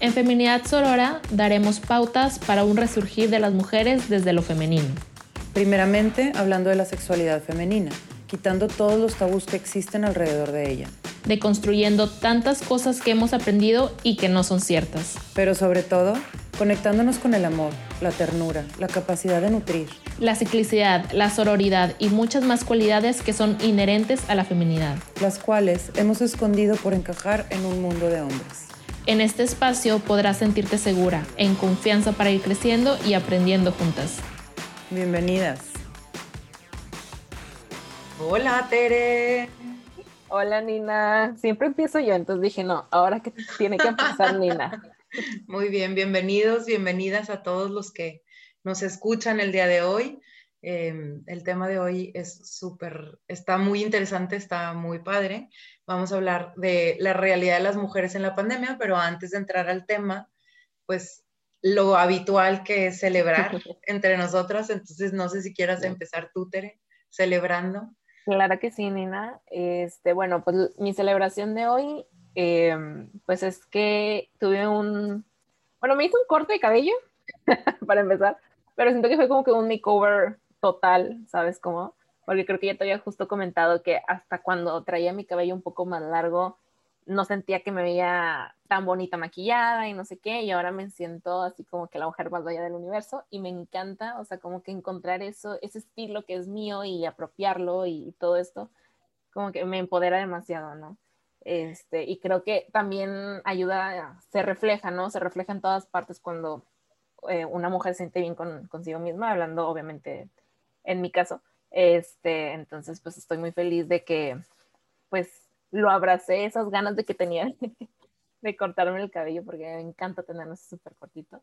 En Feminidad Sorora daremos pautas para un resurgir de las mujeres desde lo femenino. Primeramente, hablando de la sexualidad femenina, quitando todos los tabús que existen alrededor de ella. Deconstruyendo tantas cosas que hemos aprendido y que no son ciertas. Pero sobre todo, conectándonos con el amor, la ternura, la capacidad de nutrir. La ciclicidad, la sororidad y muchas más cualidades que son inherentes a la feminidad. Las cuales hemos escondido por encajar en un mundo de hombres. En este espacio podrás sentirte segura, en confianza para ir creciendo y aprendiendo juntas. Bienvenidas. Hola, Tere. Hola, Nina. Siempre empiezo yo, entonces dije, no, ahora que tiene que empezar Nina. Muy bien, bienvenidos, bienvenidas a todos los que nos escuchan el día de hoy. El tema de hoy está muy interesante, está muy padre. Vamos a hablar de la realidad de las mujeres en la pandemia, pero antes de entrar al tema, pues lo habitual que es celebrar entre nosotras. Entonces, no sé si quieras empezar tú, Tere, celebrando. Claro que sí, Nina. Bueno, pues mi celebración de hoy, pues es que me hice un corte de cabello, para empezar, pero siento que fue como que un makeover total, ¿sabes cómo? Porque creo que ya te había justo comentado que hasta cuando traía mi cabello un poco más largo, no sentía que me veía tan bonita maquillada y no sé qué, y ahora me siento así como que la mujer más bella del universo, y me encanta, o sea, como que encontrar ese estilo que es mío y apropiarlo y todo esto, como que me empodera demasiado, ¿no? Y creo que también ayuda, se refleja, ¿no? Se refleja en todas partes cuando una mujer se siente bien consigo misma, hablando obviamente en mi caso. Entonces, pues estoy muy feliz de que, pues, lo abracé, esas ganas de que tenía de cortarme el cabello, porque me encanta tenerlo súper cortito.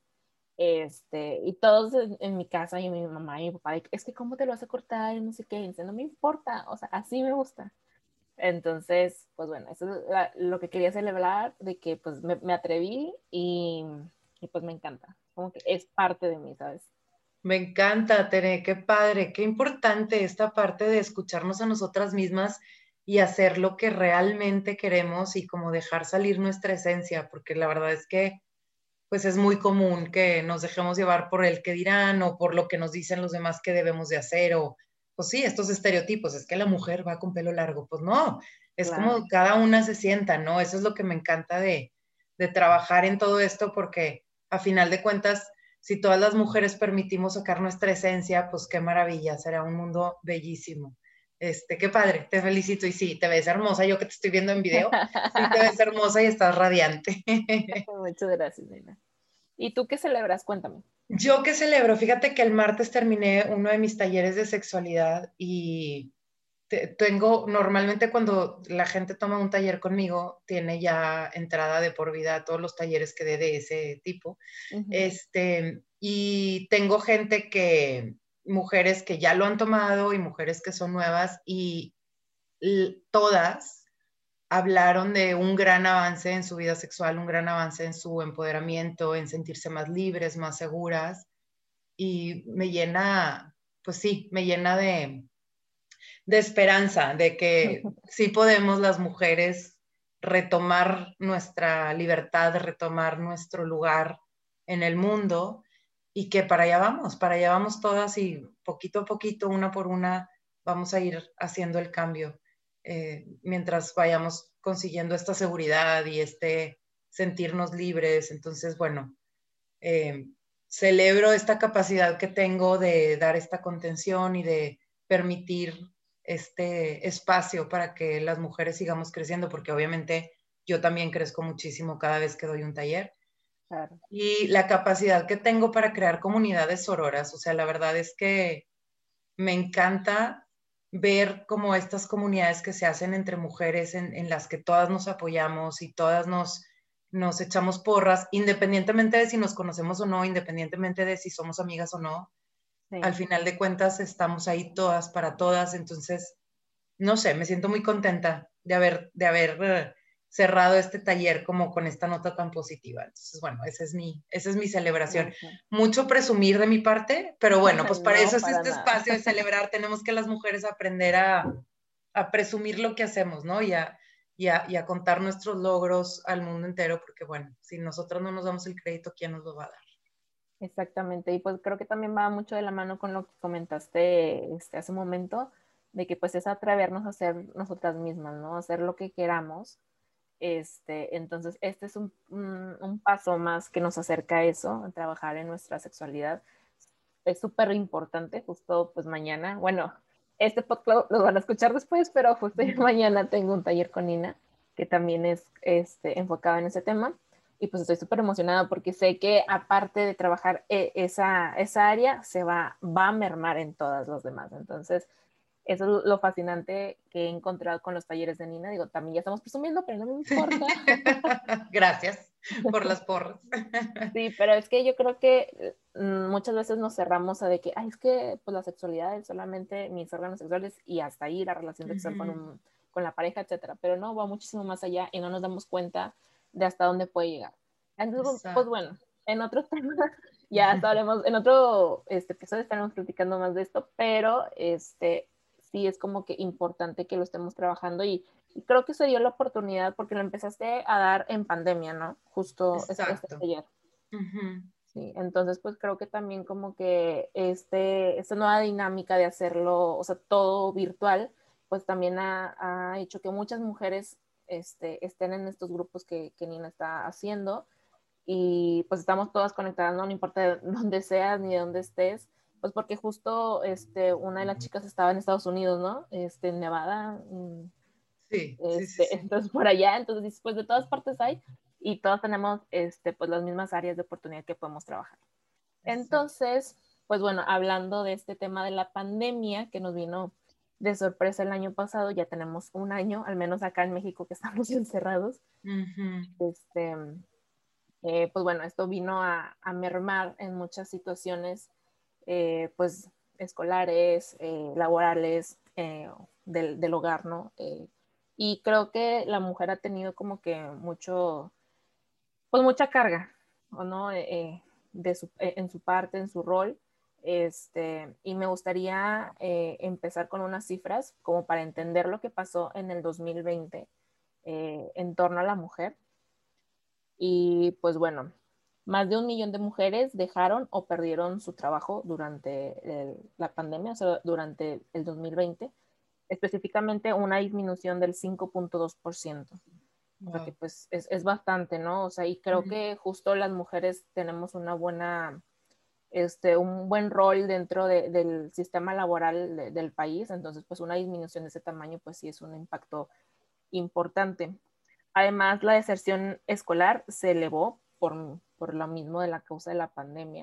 Y todos en mi casa, y mi mamá y mi papá, es que ¿cómo te lo vas a cortar? Y no sé qué, y dice, no me importa, o sea, así me gusta. Entonces, pues bueno, eso es lo que quería celebrar, de que pues me atreví y pues me encanta, como que es parte de mí, ¿sabes? Me encanta, Tere, qué padre, qué importante esta parte de escucharnos a nosotras mismas y hacer lo que realmente queremos y como dejar salir nuestra esencia, porque la verdad es que pues es muy común que nos dejemos llevar por el que dirán o por lo que nos dicen los demás que debemos de hacer o pues sí, estos estereotipos, es que la mujer va con pelo largo, pues no, es Claro. como cada una se sienta, ¿no? Eso es lo que me encanta de trabajar en todo esto porque a final de cuentas si todas las mujeres permitimos sacar nuestra esencia, pues qué maravilla, será un mundo bellísimo. Qué padre, te felicito y sí, te ves hermosa, yo que te estoy viendo en video, sí te ves hermosa y estás radiante. Muchas gracias, Nina. ¿Y tú qué celebras? Cuéntame. Yo qué celebro, fíjate que el martes terminé uno de mis talleres de sexualidad y normalmente cuando la gente toma un taller conmigo, tiene ya entrada de por vida a todos los talleres que dé de ese tipo. Y tengo mujeres que ya lo han tomado y mujeres que son nuevas y todas hablaron de un gran avance en su vida sexual, un gran avance en su empoderamiento, en sentirse más libres, más seguras y me llena, pues sí, me llena de esperanza, de que sí podemos las mujeres retomar nuestra libertad, retomar nuestro lugar en el mundo y que para allá vamos todas y poquito a poquito, una por una, vamos a ir haciendo el cambio mientras vayamos consiguiendo esta seguridad y sentirnos libres. Entonces, bueno, celebro esta capacidad que tengo de dar esta contención y de permitir este espacio para que las mujeres sigamos creciendo, porque obviamente yo también crezco muchísimo cada vez que doy un taller. Claro. Y la capacidad que tengo para crear comunidades sororas, o sea, la verdad es que me encanta ver como estas comunidades que se hacen entre mujeres en las que todas nos apoyamos y todas nos echamos porras, independientemente de si nos conocemos o no, independientemente de si somos amigas o no. Sí. Al final de cuentas estamos ahí todas para todas, entonces, no sé, me siento muy contenta de haber cerrado este taller como con esta nota tan positiva. Entonces, bueno, esa es mi celebración. Okay. Mucho presumir de mi parte, pero bueno, pues para No, eso es para este nada. espacio de celebrar. Tenemos que las mujeres aprender a presumir lo que hacemos, ¿no? Y y a contar nuestros logros al mundo entero, porque bueno, si nosotros no nos damos el crédito, ¿quién nos lo va a dar? Exactamente, y pues creo que también va mucho de la mano con lo que comentaste hace un momento, de que pues es atrevernos a ser nosotras mismas, ¿no? Hacer lo que queramos. Entonces, este es un paso más que nos acerca a eso, a trabajar en nuestra sexualidad. Es súper importante, justo pues mañana, bueno, este podcast lo van a escuchar después, pero justo mañana tengo un taller con Nina, que también es enfocado en ese tema. Y pues estoy súper emocionada porque sé que aparte de trabajar esa área, va a mermar en todas las demás. Entonces, eso es lo fascinante que he encontrado con los talleres de Nina. Digo, también ya estamos presumiendo, pero no me importa. Gracias por las porras. Sí, pero es que yo creo que muchas veces nos cerramos a de que, ay, es que pues la sexualidad es solamente mis órganos sexuales y hasta ahí la relación sexual con la pareja, etcétera. Pero no, va muchísimo más allá y no nos damos cuenta de hasta dónde puede llegar. Entonces, Exacto. pues bueno, en otros temas ya estaremos, en otro episodio estaremos platicando más de esto, pero sí es como que importante que lo estemos trabajando y creo que se dio la oportunidad porque lo empezaste a dar en pandemia, ¿no? Justo este taller. Sí, entonces pues creo que también como que esta nueva dinámica de hacerlo, o sea, todo virtual, pues también ha hecho que muchas mujeres estén en estos grupos que Nina está haciendo y pues estamos todas conectadas, no importa de dónde seas ni de dónde estés, pues porque justo una de las chicas estaba en Estados Unidos, ¿no? En Nevada. Sí, Entonces por allá, entonces pues de todas partes hay y todos tenemos pues las mismas áreas de oportunidad que podemos trabajar. Entonces, pues bueno, hablando de este tema de la pandemia que nos vino de sorpresa el año pasado, ya tenemos un año, al menos acá en México que estamos encerrados. Pues bueno, esto vino a mermar en muchas situaciones, pues escolares, laborales, del hogar, ¿no? Y creo que la mujer ha tenido como que pues mucha carga, ¿o no? En su parte, en su rol. Y me gustaría empezar con unas cifras como para entender lo que pasó en el 2020 en torno a la mujer. Y pues bueno, más de 1 millón de mujeres dejaron o perdieron su trabajo durante la pandemia, o sea, durante el 2020, específicamente una disminución del 5.2%. Wow. O sea que pues es bastante, ¿no? O sea, y creo que justo las mujeres tenemos una buena, un buen rol dentro del sistema laboral del país, entonces pues una disminución de ese tamaño pues sí es un impacto importante. Además, la deserción escolar se elevó por lo mismo de la causa de la pandemia.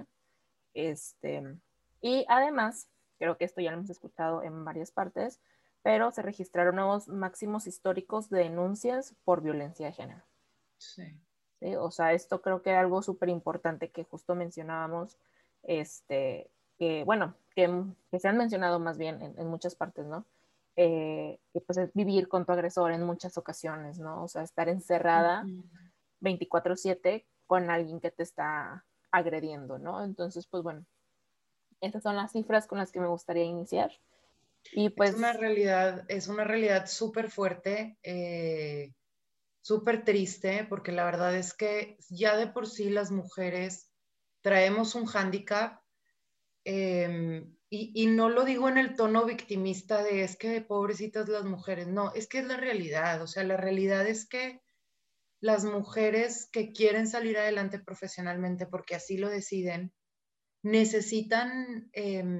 Y además, creo que esto ya lo hemos escuchado en varias partes, pero se registraron nuevos máximos históricos de denuncias por violencia de género. Sí. ¿Sí? O sea, esto creo que es algo súper importante que justo mencionábamos, que bueno, que se han mencionado más bien en muchas partes, ¿no? Que pues es vivir con tu agresor en muchas ocasiones, ¿no? O sea, estar encerrada 24/7 con alguien que te está agrediendo, ¿no? Entonces, pues bueno, estas son las cifras con las que me gustaría iniciar. Y pues es una realidad súper fuerte, súper triste, porque la verdad es que ya de por sí las mujeres traemos un hándicap, y no lo digo en el tono victimista de es que pobrecitas las mujeres, no, es que es la realidad, o sea, la realidad es que las mujeres que quieren salir adelante profesionalmente porque así lo deciden, necesitan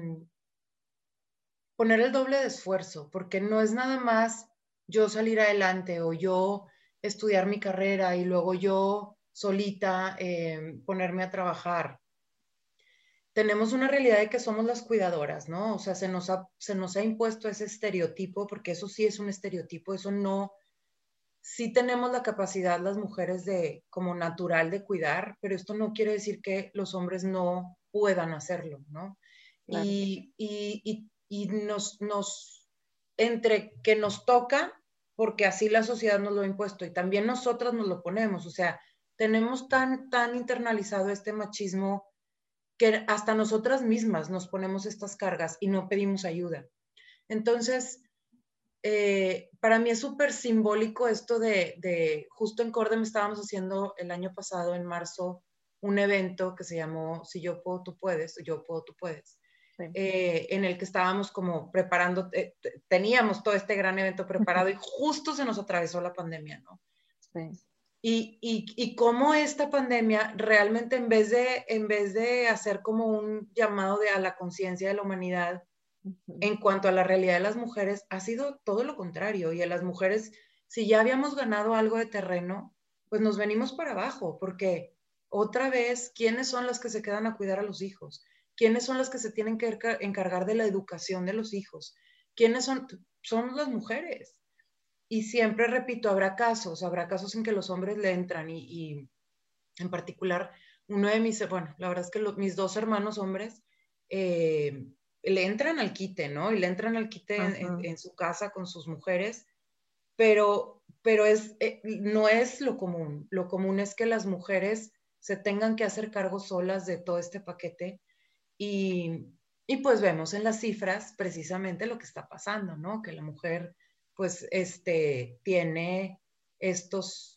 poner el doble de esfuerzo, porque no es nada más yo salir adelante o yo estudiar mi carrera y luego yo solita ponerme a trabajar. Tenemos una realidad de que somos las cuidadoras, ¿no? O sea, se nos ha impuesto ese estereotipo, porque eso sí es un estereotipo, eso no, sí tenemos la capacidad las mujeres de, como natural, de cuidar, pero esto no quiere decir que los hombres no puedan hacerlo, ¿no? Claro. Y entre que nos toca, porque así la sociedad nos lo ha impuesto, y también nosotras nos lo ponemos, o sea, tenemos tan internalizado este machismo que hasta nosotras mismas nos ponemos estas cargas y no pedimos ayuda. Entonces, para mí es súper simbólico esto de justo en Cordem estábamos haciendo el año pasado, en marzo, un evento que se llamó Si yo puedo, tú puedes, yo puedo, tú puedes, Sí. en el que estábamos como preparando, teníamos todo este gran evento preparado y justo se nos atravesó la pandemia, ¿no? Sí. Y cómo esta pandemia realmente en vez de hacer como un llamado a la conciencia de la humanidad, en cuanto a la realidad de las mujeres, ha sido todo lo contrario. Y a las mujeres, si ya habíamos ganado algo de terreno, pues nos venimos para abajo, porque otra vez, ¿quiénes son las que se quedan a cuidar a los hijos? ¿Quiénes son las que se tienen que encargar de la educación de los hijos? ¿Quiénes son? Son las mujeres. Y siempre repito, habrá casos en que los hombres le entran y en particular, uno de mis, bueno, la verdad es que mis dos hermanos hombres, le entran al quite, ¿no? Y le entran al quite en su casa con sus mujeres, pero no es lo común. Lo común es que las mujeres se tengan que hacer cargo solas de todo este paquete y pues vemos en las cifras precisamente lo que está pasando, ¿no? Que la mujer pues tiene estos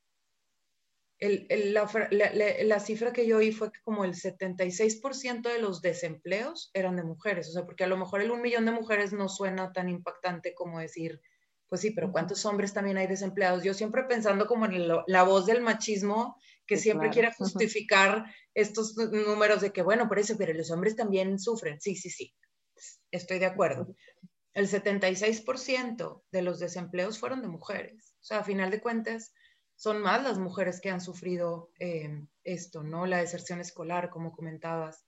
la cifra que yo oí fue que como el 76% de los desempleos eran de mujeres, o sea, porque a lo mejor el 1 millón de mujeres no suena tan impactante como decir, pues sí, pero ¿cuántos hombres también hay desempleados? Yo siempre pensando como en la voz del machismo que Sí, siempre claro. quiere justificar estos números de que, bueno, por eso, pero los hombres también sufren. Sí, sí, sí, estoy de acuerdo. El 76% de los desempleos fueron de mujeres. O sea, a final de cuentas, son más las mujeres que han sufrido esto, ¿no? La deserción escolar, como comentabas.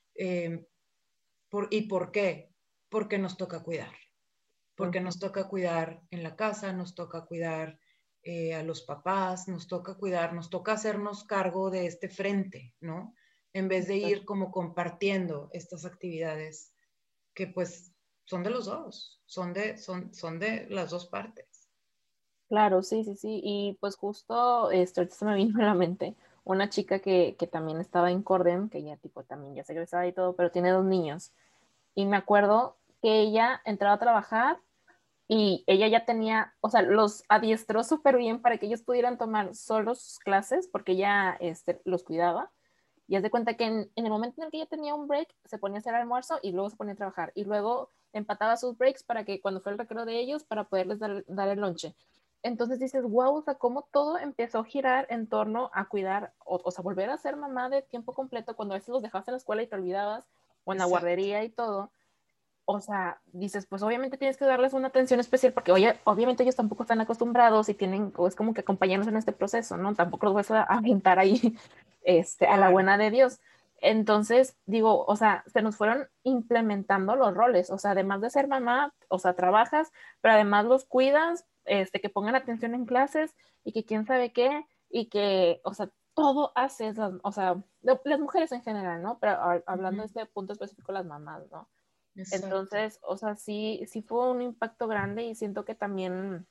¿Y por qué? Porque nos toca cuidar. Porque nos toca cuidar en la casa, nos toca cuidar a los papás, nos toca hacernos cargo de este frente, ¿no? En vez de ir como compartiendo estas actividades que pues son de los dos, son de las dos partes. Claro, sí, sí, sí. Y pues justo ahorita se me vino a la mente una chica que también estaba en Cordem, que ya tipo también ya se egresaba y todo, pero tiene 2 niños. Y me acuerdo que ella entraba a trabajar y ella ya tenía, o sea, los adiestró súper bien para que ellos pudieran tomar solos sus clases porque ella los cuidaba. Y haz de cuenta que en el momento en el que ella tenía un break, se ponía a hacer almuerzo y luego se ponía a trabajar. Y luego empataba sus breaks para que cuando fue el recreo de ellos, para poderles dar el lonche. Entonces dices, wow, o sea, cómo todo empezó a girar en torno a cuidar, o sea, volver a ser mamá de tiempo completo cuando a veces los dejabas en la escuela y te olvidabas, o en la Exacto. guardería y todo. O sea, dices, pues obviamente tienes que darles una atención especial porque oye, obviamente ellos tampoco están acostumbrados y tienen, o es como que acompañarnos en este proceso, ¿no? Tampoco los vas a aventar ahí a la Claro. buena de Dios. Entonces, digo, o sea, se nos fueron implementando los roles, o sea, además de ser mamá, o sea, trabajas, pero además los cuidas, que pongan atención en clases y que quién sabe qué, y que, o sea, todo haces, o sea, las mujeres en general, ¿no? Pero hablando de este punto específico, las mamás, ¿no? Exacto. Entonces, o sea, sí, sí fue un impacto grande y siento que también,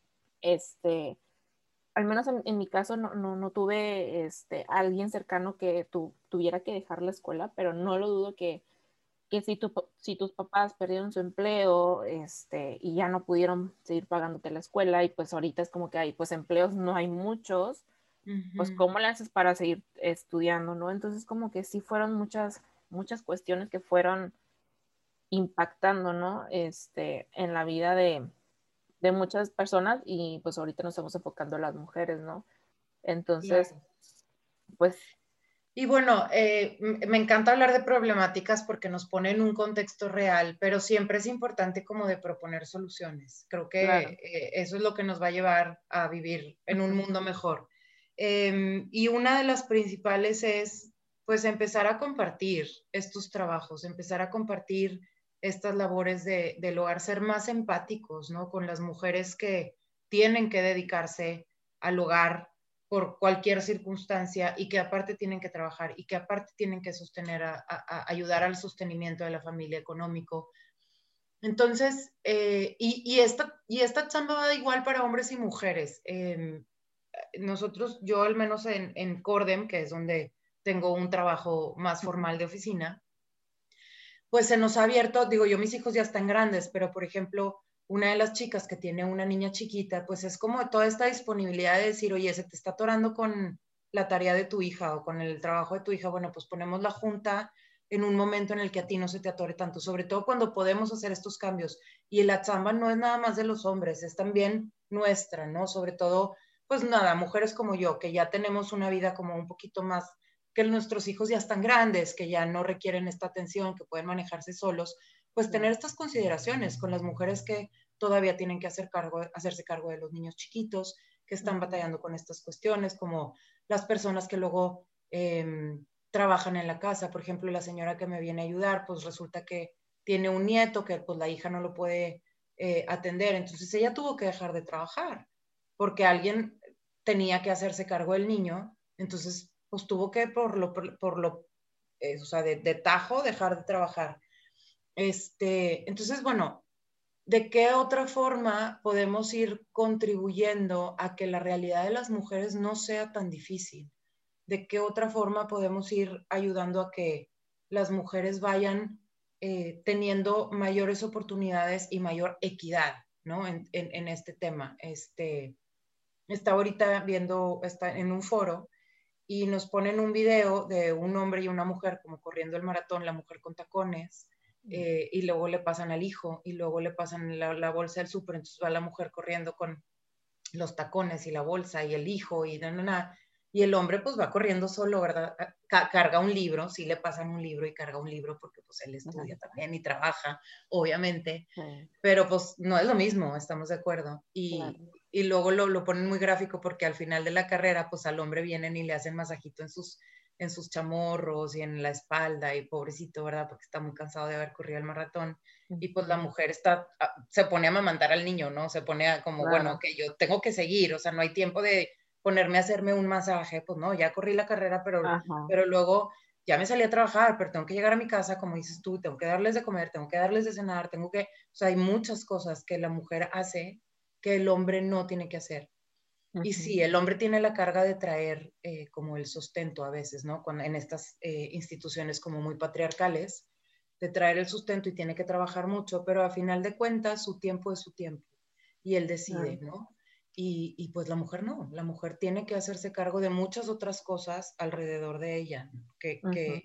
al menos en mi caso, no tuve alguien cercano que tuviera que dejar la escuela, pero no lo dudo que si tus papás perdieron su empleo y ya no pudieron seguir pagándote la escuela y pues ahorita es como que hay, pues empleos no hay muchos, pues ¿cómo le haces para seguir estudiando, no? Entonces como que sí fueron muchas cuestiones que fueron impactando, ¿no? En la vida de muchas personas y pues ahorita nos estamos enfocando en las mujeres, ¿no? Entonces, Claro. pues... Y bueno, me encanta hablar de problemáticas porque nos pone en un contexto real, pero siempre es importante como de proponer soluciones. Creo que Claro. eso es lo que nos va a llevar a vivir en un mundo mejor. Y una de las principales es pues empezar a compartir estos trabajos, empezar a compartir estas labores del hogar, ser más empáticos, ¿no? Con las mujeres que tienen que dedicarse al hogar por cualquier circunstancia y que aparte tienen que trabajar y que aparte tienen que sostener, ayudar al sostenimiento de la familia económico. Entonces, esta chamba va igual para hombres y mujeres. Yo al menos en Cordem, que es donde tengo un trabajo más formal de oficina, pues se nos ha abierto, digo yo, mis hijos ya están grandes, pero por ejemplo, una de las chicas que tiene una niña chiquita, pues es como toda esta disponibilidad de decir, oye, se te está atorando con la tarea de tu hija o con el trabajo de tu hija, bueno, pues ponemos la junta en un momento en el que a ti no se te atore tanto, sobre todo cuando podemos hacer estos cambios. Y la chamba no es nada más de los hombres, es también nuestra, ¿no? Sobre todo, pues nada, mujeres como yo, que ya tenemos una vida como un poquito más, que nuestros hijos ya están grandes, que ya no requieren esta atención, que pueden manejarse solos, pues tener estas consideraciones con las mujeres que todavía tienen que hacerse cargo de los niños chiquitos, que están batallando con estas cuestiones, como las personas que luego trabajan en la casa. Por ejemplo, la señora que me viene a ayudar, pues resulta que tiene un nieto que pues la hija no lo puede atender, entonces ella tuvo que dejar de trabajar porque alguien tenía que hacerse cargo del niño, entonces pues tuvo que o sea, de tajo dejar de trabajar. Entonces, bueno, ¿de qué otra forma podemos ir contribuyendo a que la realidad de las mujeres no sea tan difícil? ¿De qué otra forma podemos ir ayudando a que las mujeres vayan teniendo mayores oportunidades y mayor equidad, ¿no? En este tema. Está ahorita está en un foro y nos ponen un video de un hombre y una mujer como corriendo el maratón, la mujer con tacones, y luego le pasan al hijo y luego le pasan la bolsa del súper, entonces va la mujer corriendo con los tacones y la bolsa y el hijo y el hombre pues va corriendo solo, ¿verdad? Carga un libro, sí le pasan un libro y carga un libro porque pues él estudia también y trabaja, obviamente, pero pues no es lo mismo, estamos de acuerdo. Y luego lo ponen muy gráfico porque al final de la carrera pues al hombre vienen y le hacen masajito en sus chamorros y en la espalda y pobrecito, ¿verdad? Porque está muy cansado de haber corrido el maratón. Y pues la mujer se pone a amamantar al niño, ¿no? Se pone como, bueno, que yo tengo que seguir, o sea, no hay tiempo de ponerme a hacerme un masaje, pues no, ya corrí la carrera, pero luego ya me salí a trabajar, pero tengo que llegar a mi casa, como dices tú, tengo que darles de comer, tengo que darles de cenar, o sea, hay muchas cosas que la mujer hace que el hombre no tiene que hacer. Y sí, el hombre tiene la carga de traer como el sustento a veces, ¿no? En estas instituciones como muy patriarcales, de traer el sustento y tiene que trabajar mucho, pero a final de cuentas su tiempo es su tiempo y él decide, ¿no? Y pues la mujer no, la mujer tiene que hacerse cargo de muchas otras cosas alrededor de ella, que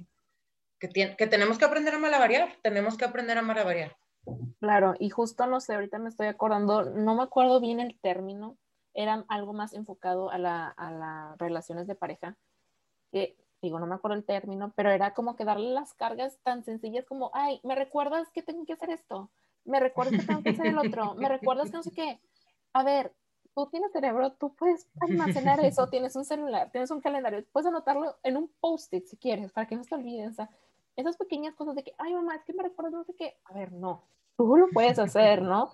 tenemos que aprender a malabarear, tenemos que aprender a malabarear. Claro, y justo no sé, ahorita me estoy acordando, no me acuerdo bien el término, era algo más enfocado a las relaciones de pareja, que digo, no me acuerdo el término, pero era como que darle las cargas tan sencillas como, ay, ¿me recuerdas que tengo que hacer esto? ¿Me recuerdas que tengo que hacer el otro? ¿Me recuerdas que no sé qué? A ver, tú tienes cerebro, tú puedes almacenar eso, tienes un celular, tienes un calendario, puedes anotarlo en un post-it si quieres, para que no se olviden, o sea, esas pequeñas cosas de que, ay, mamá, es que me recuerdas no sé qué, a ver, no, tú lo puedes hacer, ¿no?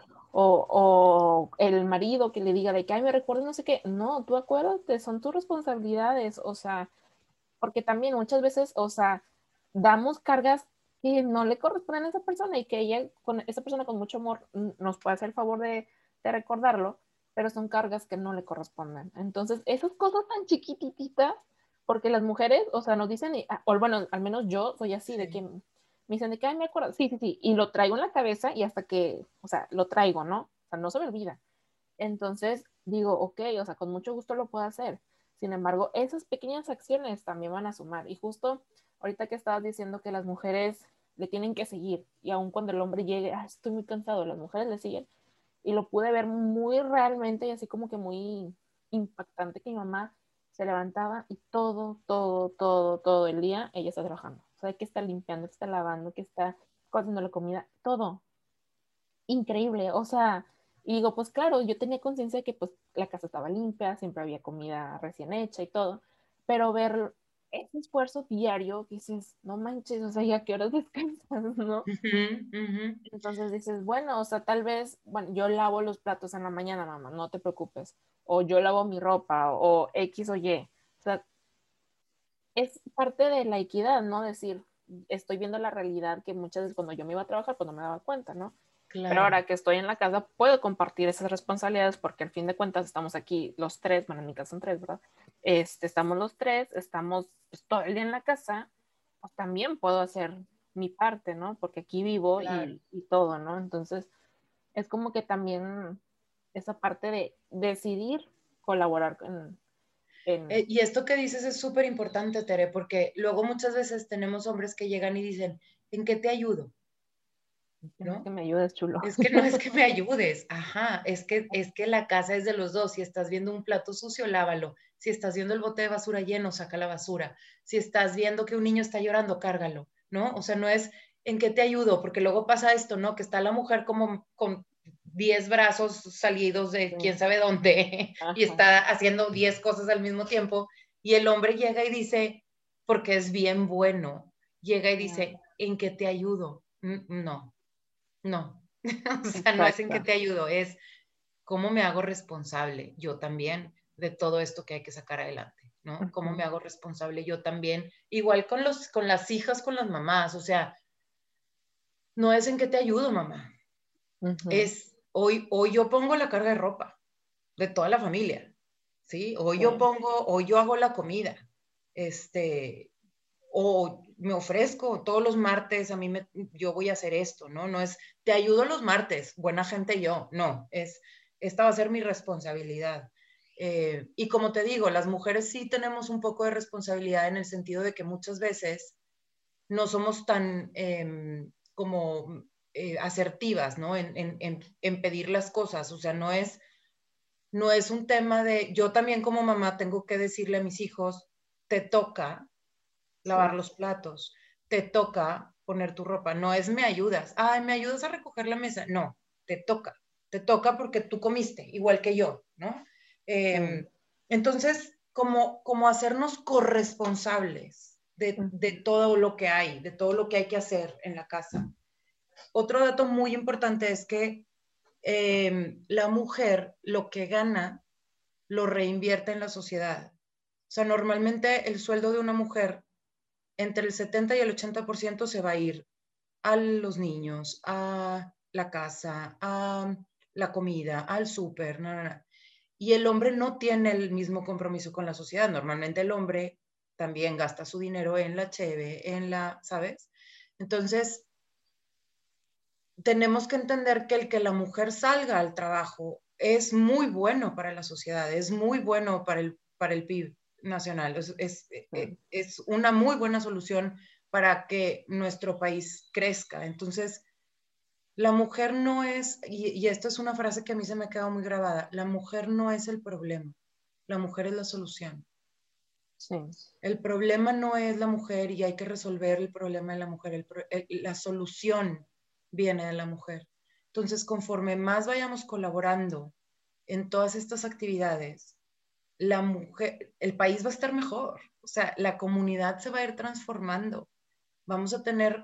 O el marido que le diga de que, ay, me recuerdas no sé qué, no, tú acuérdate, son tus responsabilidades, o sea, porque también muchas veces, o sea, damos cargas que no le corresponden a esa persona y que esa persona con mucho amor nos puede hacer el favor de recordarlo, pero son cargas que no le corresponden. Entonces, esas cosas tan chiquititas, porque las mujeres, o sea, nos dicen, o bueno, al menos yo soy así, de que me dicen de que, ay, me acuerdo, sí, y lo traigo en la cabeza y hasta que, o sea, lo traigo, ¿no? O sea, no se me olvida. Entonces, digo, ok, o sea, con mucho gusto lo puedo hacer. Sin embargo, esas pequeñas acciones también van a sumar. Y justo ahorita que estabas diciendo que las mujeres le tienen que seguir, y aun cuando el hombre llegue, estoy muy cansado, las mujeres le siguen. Y lo pude ver muy realmente y así como que muy impactante que mi mamá se levantaba y todo el día ella está trabajando. O sea, que está limpiando, que está lavando, que está haciendo la comida, todo. Increíble, o sea, y digo, pues claro, yo tenía conciencia de que pues la casa estaba limpia, siempre había comida recién hecha y todo, pero ver ese esfuerzo diario, dices, no manches, o sea, ¿y a qué horas descansas, no? Entonces dices, bueno, o sea, tal vez, bueno, yo lavo los platos en la mañana, mamá, no te preocupes, o yo lavo mi ropa, o X o Y, o sea, es parte de la equidad, ¿no? Decir, estoy viendo la realidad que muchas veces cuando yo me iba a trabajar, pues no me daba cuenta, ¿no? Claro. Pero ahora que estoy en la casa, puedo compartir esas responsabilidades porque al fin de cuentas estamos aquí los tres, bueno, en mi casa son tres, ¿verdad? Estamos los tres, estamos pues, todo el día en la casa, pues también puedo hacer mi parte, ¿no? Porque aquí vivo Claro. y todo, ¿no? Entonces, es como que también esa parte de decidir colaborar en Y esto que dices es súper importante, Tere, porque luego muchas veces tenemos hombres que llegan y dicen, ¿en qué te ayudo? que no es que ¿No? me ayudes, chulo. Es que no es que me ayudes, ajá, es que la casa es de los dos. Si estás viendo un plato sucio, lávalo. Si estás viendo el bote de basura lleno, saca la basura. Si estás viendo que un niño está llorando, cárgalo, ¿no? O sea, no es en qué te ayudo, porque luego pasa esto, ¿no? Que está la mujer como con 10 brazos salidos de Sí. quién sabe dónde y Ajá. está haciendo 10 cosas al mismo tiempo y el hombre llega y dice, porque es bien bueno, llega y dice, ¿en qué te ayudo? No, no. O sea, no es en qué Exacto. te ayudo, es cómo me hago responsable yo también de todo esto que hay que sacar adelante, ¿no? Cómo me Ujú, hago responsable yo también, igual con las hijas, con las mamás, o sea, no es en qué te ayudo, mamá, ujú, es hoy yo pongo la carga de ropa de toda la familia, ¿sí? sí, Hoy yo hago la comida, este, o me ofrezco todos los martes, yo voy a hacer esto, ¿no? No es, te ayudo los martes, buena gente yo, no, esta va a ser mi responsabilidad. Y como te digo, las mujeres sí tenemos un poco de responsabilidad en el sentido de que muchas veces no somos tan como asertivas, ¿no? En pedir las cosas, o sea, no es un tema de, yo también como mamá tengo que decirle a mis hijos, te toca lavar sí, los platos, te toca poner tu ropa, no es me ayudas, ay, me ayudas a recoger la mesa, no, te toca porque tú comiste, igual que yo, ¿no? sí, Eh, entonces, como hacernos corresponsables de ujú, todo lo que hay, de todo lo que hay que hacer en la casa. Otro dato muy importante es que la mujer lo que gana lo reinvierte en la sociedad. O sea, normalmente el sueldo de una mujer entre el 70 y el 80% se va a ir a los niños, a la casa, a la comida, al súper, no, no, no. Y el hombre no tiene el mismo compromiso con la sociedad. Normalmente el hombre también gasta su dinero en la cheve, ¿sabes? Entonces, tenemos que entender que el que la mujer salga al trabajo es muy bueno para la sociedad, es muy bueno para el PIB nacional, sí, es una muy buena solución para que nuestro país crezca. Entonces, la mujer no es, y esto es una frase que a mí se me ha quedado muy grabada, la mujer no es el problema, la mujer es la solución. sí, El problema no es la mujer y hay que resolver el problema de la mujer. La solución viene de la mujer. Entonces, conforme más vayamos colaborando en todas estas actividades, la mujer, el país va a estar mejor. O sea, la comunidad se va a ir transformando. Vamos a tener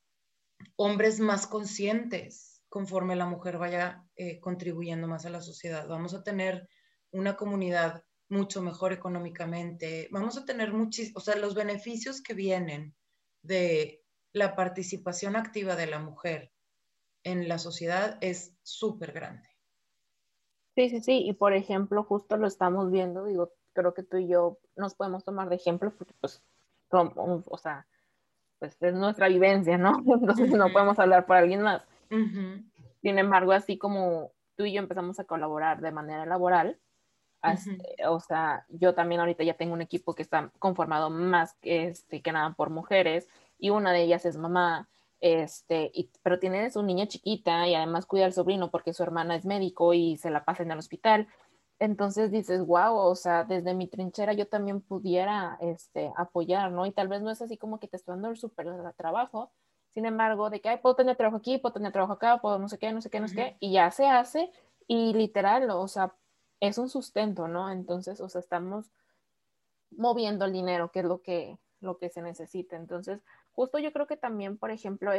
hombres más conscientes conforme la mujer vaya contribuyendo más a la sociedad. Vamos a tener una comunidad mucho mejor económicamente. Vamos a tener o sea, los beneficios que vienen de la participación activa de la mujer en la sociedad es súper grande. sí, sí, sí, y por ejemplo, justo lo estamos viendo, digo, creo que tú y yo nos podemos tomar de ejemplo porque pues, o sea, pues es nuestra vivencia, ¿no? Entonces Uh no -huh, podemos hablar por alguien más. uh -huh, Sin embargo, así como tú y yo empezamos a colaborar de manera laboral, uh -huh. o sea, yo también ahorita ya tengo un equipo que está conformado más que nada por mujeres y una de ellas es mamá, pero tiene su niña chiquita y además cuida al sobrino porque su hermana es médico y se la pasa en el hospital. Entonces dices, wow, o sea, desde mi trinchera yo también pudiera apoyar, ¿no? Y tal vez no es así como que te estoy dando el súper trabajo, sin embargo, de que ay, puedo tener trabajo aquí, puedo tener trabajo acá, puedo no sé qué, no sé qué, no sé qué, y ya se hace, y literal, o sea, es un sustento, ¿no? Entonces, o sea, estamos moviendo el dinero, que es lo que se necesita. Entonces, justo yo creo que también, por ejemplo,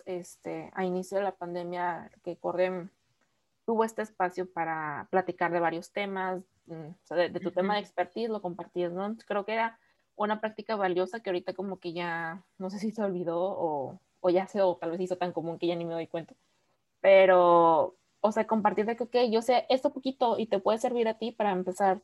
a inicio de la pandemia, que Cordem tuvo este espacio para platicar de varios temas, o sea, de tu tema de expertise, lo compartías, ¿no? Creo que era una práctica valiosa que ahorita como que ya, no sé si se olvidó o ya se, o tal vez hizo tan común que ya ni me doy cuenta, pero, o sea, compartir de que, ok, yo sé esto poquito y te puede servir a ti para empezar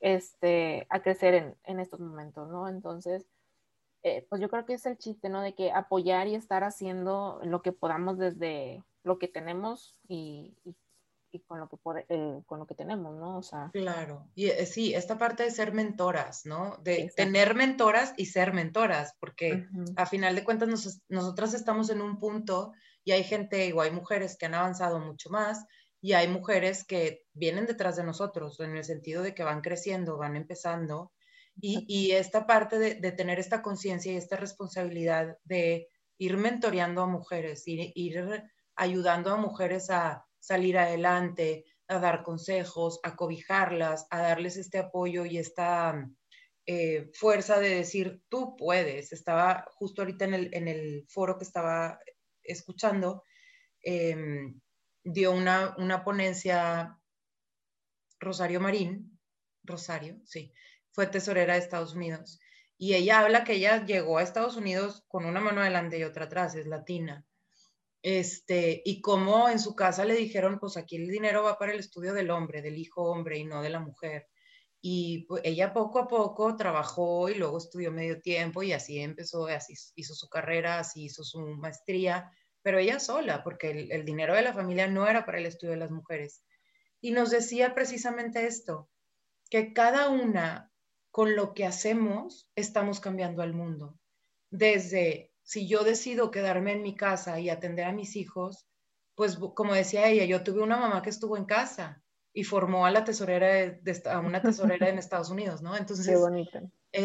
a crecer en estos momentos, ¿no? Entonces, pues yo creo que es el chiste, ¿no? De que apoyar y estar haciendo lo que podamos desde lo que tenemos y con lo que tenemos, ¿no? O sea, Claro, y sí, esta parte de ser mentoras, ¿no? De exacto. tener mentoras y ser mentoras, porque Ujú. a final de cuentas nosotras estamos en un punto y hay gente o hay mujeres que han avanzado mucho más y hay mujeres que vienen detrás de nosotros, en el sentido de que van creciendo, van empezando, y esta parte de tener esta conciencia y esta responsabilidad de ir mentoreando a mujeres, ir ayudando a mujeres a salir adelante, a dar consejos, a cobijarlas, a darles este apoyo y esta fuerza de decir, tú puedes. Estaba justo ahorita en el foro que estaba escuchando, eh, dio una ponencia Rosario Marín, Rosario, sí, fue tesorera de Estados Unidos. Y ella habla que ella llegó a Estados Unidos con una mano adelante y otra atrás, es latina. Y cómo en su casa le dijeron, pues aquí el dinero va para el estudio del hombre, del hijo hombre y no de la mujer. Y pues, ella poco a poco trabajó y luego estudió medio tiempo y así empezó, así hizo su carrera, así hizo su maestría, pero ella sola, porque el dinero de la familia no era para el estudio de las mujeres. Y nos decía precisamente esto, que cada una con lo que hacemos estamos cambiando al mundo. Desde si yo decido quedarme en mi casa y atender a mis hijos, pues como decía ella, yo tuve una mamá que estuvo en casa y formó a la tesorera a una tesorera en Estados Unidos, ¿no? Qué Entonces, bonito.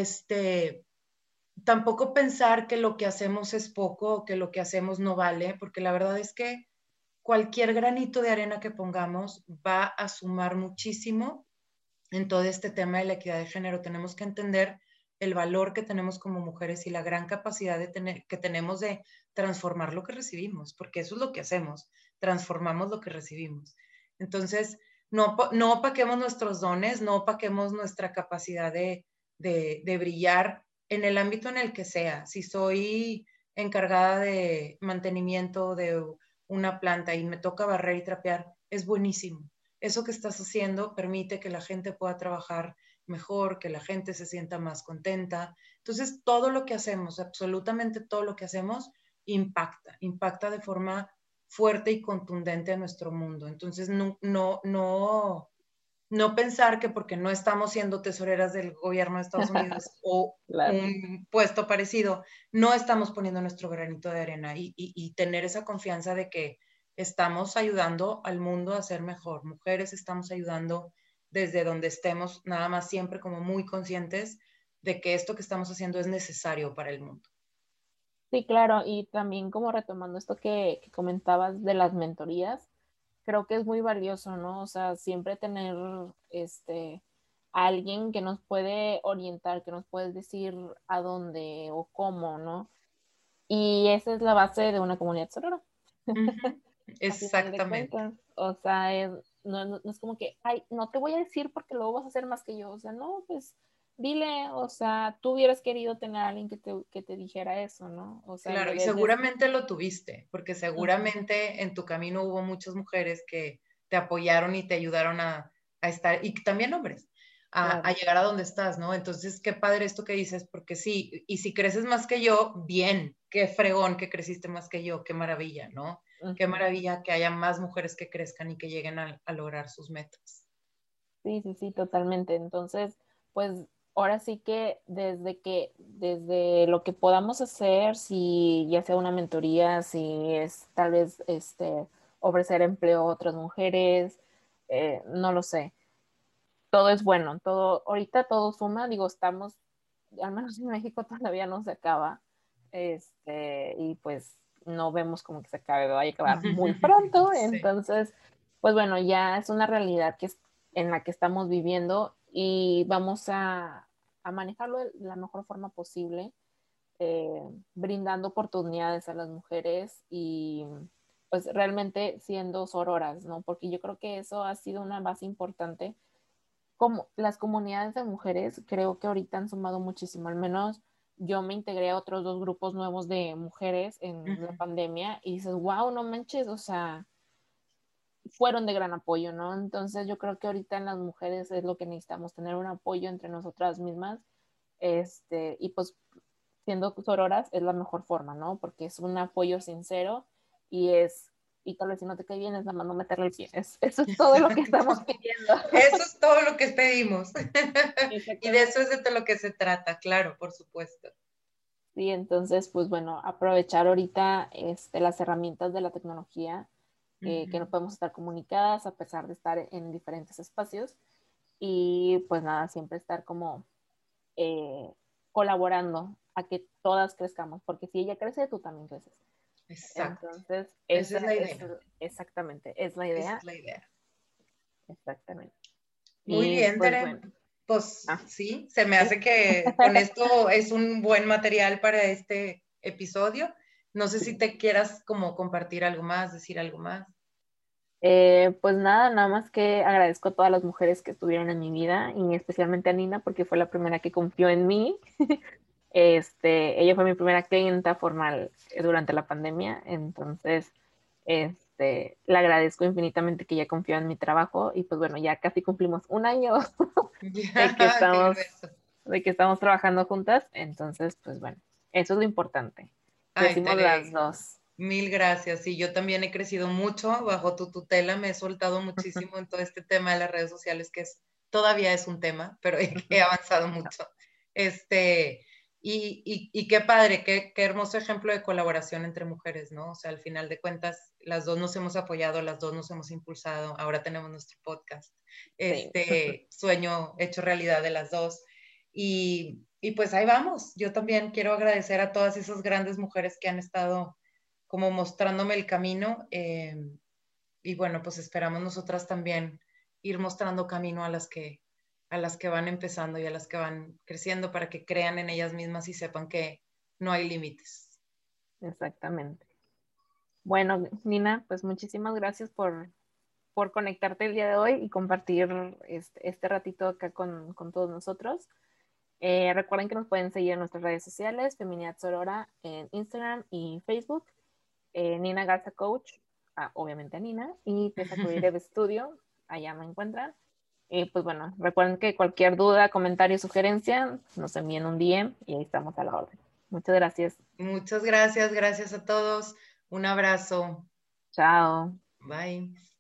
tampoco pensar que lo que hacemos es poco o que lo que hacemos no vale, porque la verdad es que cualquier granito de arena que pongamos va a sumar muchísimo en todo este tema de la equidad de género. Tenemos que entender el valor que tenemos como mujeres y la gran capacidad que tenemos de transformar lo que recibimos, porque eso es lo que hacemos, transformamos lo que recibimos. Entonces, no opaquemos nuestros dones, no opaquemos nuestra capacidad de brillar en el ámbito en el que sea. Si soy encargada de mantenimiento de una planta y me toca barrer y trapear, es buenísimo. Eso que estás haciendo permite que la gente pueda trabajar mejor, que la gente se sienta más contenta. Entonces, todo lo que hacemos, absolutamente todo lo que hacemos, impacta de forma fuerte y contundente a nuestro mundo. Entonces, no pensar que porque no estamos siendo tesoreras del gobierno de Estados Unidos o Claro. un puesto parecido, no estamos poniendo nuestro granito de arena y tener esa confianza de que estamos ayudando al mundo a ser mejor. Mujeres estamos ayudando desde donde estemos, nada más siempre como muy conscientes de que esto que estamos haciendo es necesario para el mundo. Sí, claro, y también como retomando esto que comentabas de las mentorías, creo que es muy valioso, ¿no? O sea, siempre tener alguien que nos puede orientar, que nos puede decir a dónde o cómo, ¿no? Y esa es la base de una comunidad sorora, Uh-huh. a final de Exactamente. cuentas. O sea, no es como que, ay, no te voy a decir porque luego vas a hacer más que yo. O sea, no, pues dile, o sea, tú hubieras querido tener a alguien que te dijera eso, ¿no? O sea, en Claro, y vez de... seguramente lo tuviste, porque Ajá, seguramente en tu camino hubo muchas mujeres que te apoyaron y te ayudaron a estar, y también hombres, a claro. llegar a donde estás, ¿no? Entonces, qué padre esto que dices, porque sí, y si creces más que yo, bien, qué fregón que creciste más que yo, qué maravilla, ¿no? Qué Ujú. maravilla que haya más mujeres que crezcan y que lleguen a lograr sus metas. Sí, sí, sí, totalmente. Entonces, pues ahora sí desde lo que podamos hacer, si ya sea una mentoría, si es tal vez ofrecer empleo a otras mujeres, no lo sé. Todo es bueno, ahorita todo suma, digo, estamos, al menos en México todavía no se acaba, y pues no vemos como que se acabe, va a acabar muy pronto, Sí. entonces, pues bueno, ya es una realidad en la que estamos viviendo y vamos a manejarlo de la mejor forma posible, eh, brindando oportunidades a las mujeres y pues realmente siendo sororas, ¿no? Porque yo creo que eso ha sido una base importante como las comunidades de mujeres creo que ahorita han sumado muchísimo, al menos yo me integré a otros dos grupos nuevos de mujeres en la Ujú. pandemia y dices, wow, no manches, o sea, fueron de gran apoyo, ¿no? Entonces yo creo que ahorita en las mujeres es lo que necesitamos, tener un apoyo entre nosotras mismas, y pues siendo sororas es la mejor forma, ¿no? Porque es un apoyo sincero y es y tal vez si no te cae bien es nada más no meterle el pie. Eso es todo lo que estamos pidiendo. Eso es todo lo que pedimos. Y de eso es de lo que se trata, claro, por supuesto. Sí, entonces, pues bueno, aprovechar ahorita las herramientas de la tecnología, que no podemos estar comunicadas a pesar de estar en diferentes espacios. Y pues nada, siempre estar como colaborando a que todas crezcamos, porque si ella crece, tú también creces. Exacto. Entonces, esa es la idea. Exactamente, es la idea. Esa es la idea. Exactamente. Muy Y bien, pues Tere. bueno. Pues sí, se me hace que con esto es un buen material para este episodio. No sé si te quieras como compartir algo más, decir algo más. Pues nada más que agradezco a todas las mujeres que estuvieron en mi vida y especialmente a Nina porque fue la primera que confió en mí. Ella fue mi primera clienta formal durante la pandemia, entonces le agradezco infinitamente que ella confió en mi trabajo y pues bueno, ya casi cumplimos un año de que estamos, de que estamos trabajando juntas, entonces pues bueno, eso es lo importante. Crecimos las dos. Mil gracias. Sí, yo también he crecido mucho bajo tu tutela, me he soltado muchísimo en todo este tema de las redes sociales, que todavía es un tema, pero he avanzado mucho. Y qué padre, qué hermoso ejemplo de colaboración entre mujeres, ¿no? O sea, al final de cuentas, las dos nos hemos apoyado, las dos nos hemos impulsado, ahora tenemos nuestro podcast, sueño hecho realidad de las dos. Y pues ahí vamos. Yo también quiero agradecer a todas esas grandes mujeres que han estado como mostrándome el camino. Y bueno, pues esperamos nosotras también ir mostrando camino a las que van empezando y a las que van creciendo para que crean en ellas mismas y sepan que no hay límites. Exactamente. Bueno, Nina, pues muchísimas gracias por conectarte el día de hoy y compartir este ratito acá con todos nosotros. Recuerden que nos pueden seguir en nuestras redes sociales, Feminidad Sorora en Instagram y Facebook, Nina Garza Coach, obviamente a Nina, y Tessa Creative Studio, allá me encuentran. Y pues bueno, recuerden que cualquier duda, comentario, sugerencia, nos envíen un DM y ahí estamos a la orden. Muchas gracias. Muchas gracias, gracias a todos. Un abrazo. Chao. Bye.